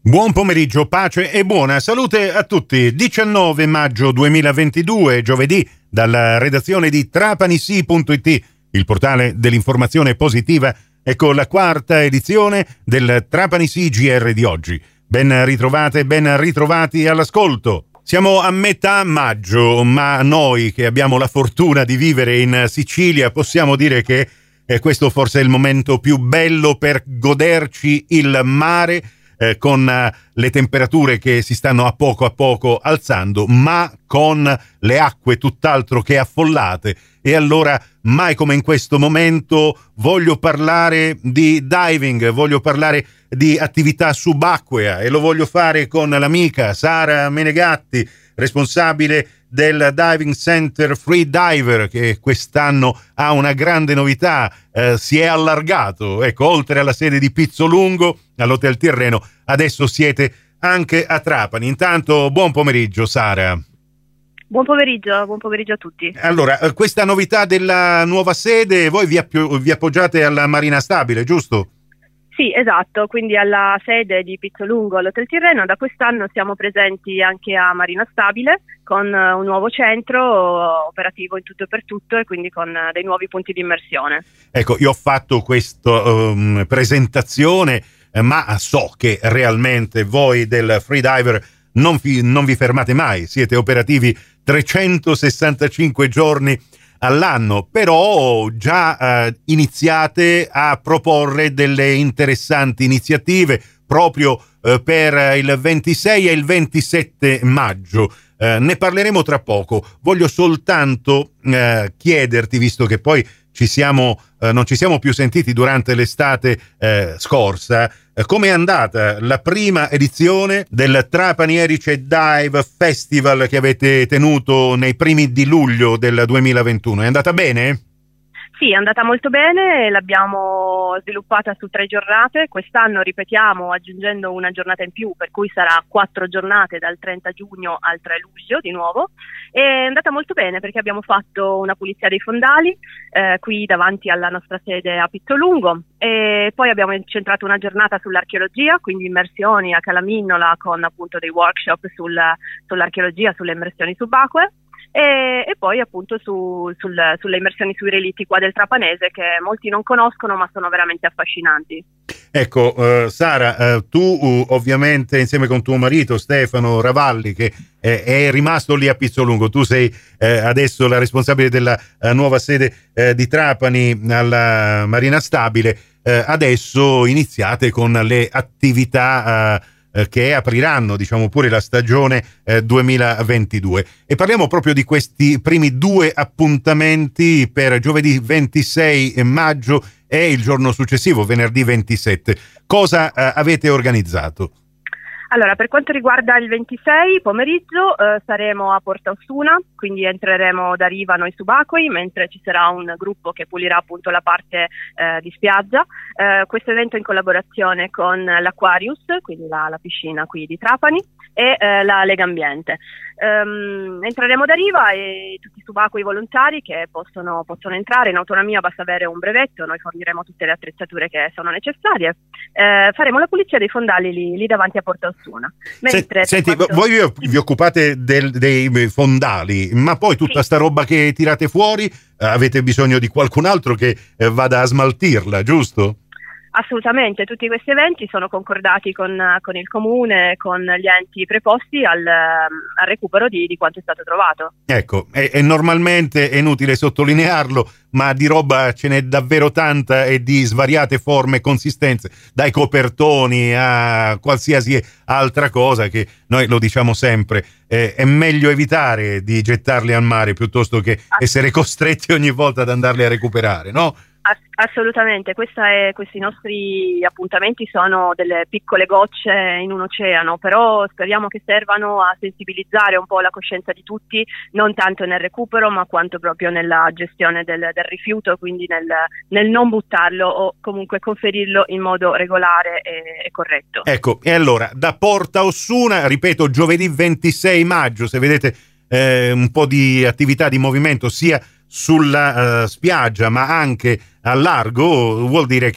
Buon pomeriggio, pace e buona salute a tutti. 19 maggio 2022, giovedì, dalla redazione di trapanisi.it, il portale dell'informazione positiva, ecco la quarta edizione del Trapanisi GR di oggi. Ben ritrovate, ben ritrovati all'ascolto. Siamo a metà maggio, ma noi che abbiamo la fortuna di vivere in Sicilia possiamo dire che questo forse è il momento più bello per goderci il mare, con le temperature che si stanno a poco alzando, ma con le acque tutt'altro che affollate. E allora, mai come in questo momento, voglio parlare di diving, voglio parlare di attività subacquea, e lo voglio fare con l'amica Sara Menegatti, responsabile del Diving Center Free Diver, che quest'anno ha una grande novità, si è allargato, ecco, oltre alla sede di Pizzolungo, all'Hotel Tirreno, adesso siete anche a Trapani. Intanto buon pomeriggio Sara. Buon pomeriggio a tutti. Allora, questa novità della nuova sede, voi vi appoggiate alla Marina Stabile, giusto? Sì, esatto, quindi alla sede di Pizzolungo all'Hotel Tirreno. Da quest'anno siamo presenti anche a Marina Stabile con un nuovo centro operativo in tutto e per tutto, e quindi con dei nuovi punti di immersione. Ecco, io ho fatto questa presentazione, ma so che realmente voi del freediver non vi fermate mai, siete operativi 365 giorni all'anno, però già iniziate a proporre delle interessanti iniziative proprio per il 26 e il 27 maggio. Ne parleremo tra poco. Voglio soltanto chiederti, visto che poi non ci siamo più sentiti durante l'estate scorsa, come è andata la prima edizione del Trapani Erice Dive Festival che avete tenuto nei primi di luglio del 2021? È andata bene? Sì, è andata molto bene, l'abbiamo sviluppata su 3 giornate, quest'anno ripetiamo aggiungendo una giornata in più, per cui sarà 4 giornate dal 30 giugno al 3 luglio di nuovo. È andata molto bene perché abbiamo fatto una pulizia dei fondali qui davanti alla nostra sede a Pizzolungo, e poi abbiamo incentrato una giornata sull'archeologia, quindi immersioni a Calaminnola con appunto dei workshop sull'archeologia, sulle immersioni subacquee. E poi appunto sulle immersioni sui relitti qua del Trapanese, che molti non conoscono ma sono veramente affascinanti. Ecco, Sara, tu ovviamente insieme con tuo marito Stefano Ravalli, che è rimasto lì a Pizzolungo, tu sei adesso la responsabile della nuova sede di Trapani alla Marina Stabile, adesso iniziate con le attività che apriranno, diciamo, pure la stagione 2022, e parliamo proprio di questi primi 2 appuntamenti per giovedì 26 maggio e il giorno successivo, venerdì 27. Cosa avete organizzato? Allora, per quanto riguarda il 26 pomeriggio saremo a Porta Ossuna, quindi entreremo da riva noi subacquei, mentre ci sarà un gruppo che pulirà appunto la parte di spiaggia. Questo evento in collaborazione con l'Aquarius, quindi la piscina qui di Trapani, e la Lega Ambiente. Entreremo da riva e tutti i subacquei volontari che possono entrare in autonomia, basta avere un brevetto, noi forniremo tutte le attrezzature che sono necessarie. Faremo la pulizia dei fondali lì davanti a Porta Ossuna. Senti, voi vi occupate dei fondali, ma poi tutta sta roba che tirate fuori avete bisogno di qualcun altro che vada a smaltirla, giusto? Assolutamente, tutti questi eventi sono concordati con il comune, con gli enti preposti al recupero di quanto è stato trovato. Ecco, e normalmente è inutile sottolinearlo, ma di roba ce n'è davvero tanta e di svariate forme e consistenze, dai copertoni a qualsiasi altra cosa, che noi lo diciamo sempre, è meglio evitare di gettarli al mare piuttosto che essere costretti ogni volta ad andarli a recuperare, no? Assolutamente, questi nostri appuntamenti sono delle piccole gocce in un oceano, però speriamo che servano a sensibilizzare un po' la coscienza di tutti, non tanto nel recupero ma quanto proprio nella gestione del rifiuto, quindi nel non buttarlo o comunque conferirlo in modo regolare e corretto. Ecco, e allora da Porta Ossuna, ripeto, giovedì 26 maggio, se vedete un po' di attività di movimento sia sulla spiaggia ma anche al largo, vuol dire che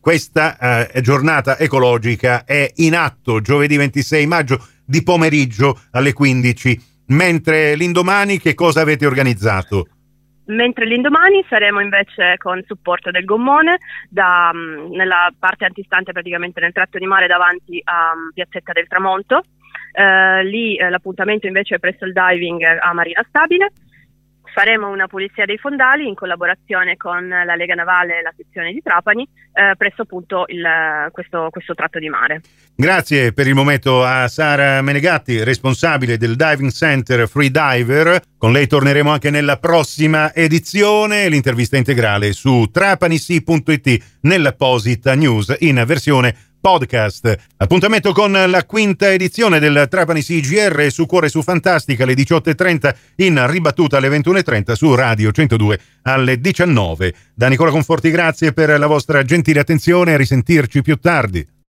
questa giornata ecologica è in atto giovedì 26 maggio di pomeriggio alle 15, mentre l'indomani che cosa avete organizzato? Mentre l'indomani saremo invece con supporto del gommone nella parte antistante, praticamente nel tratto di mare davanti a Piazzetta del Tramonto. Lì l'appuntamento invece è presso il diving a Marina Stabile. Faremo una pulizia dei fondali in collaborazione con la Lega Navale e la sezione di Trapani presso appunto questo tratto di mare. Grazie per il momento a Sara Menegatti, responsabile del Diving Center Free Diver. Con lei torneremo anche nella prossima edizione. L'intervista integrale su trapanisi.it nell'apposita news in versione podcast. Appuntamento con la quinta edizione del Trapani CGR su Cuore su Fantastica alle 18.30, in ribattuta alle 21.30 su Radio 102 alle 19. Da Nicola Conforti grazie per la vostra gentile attenzione, a risentirci più tardi.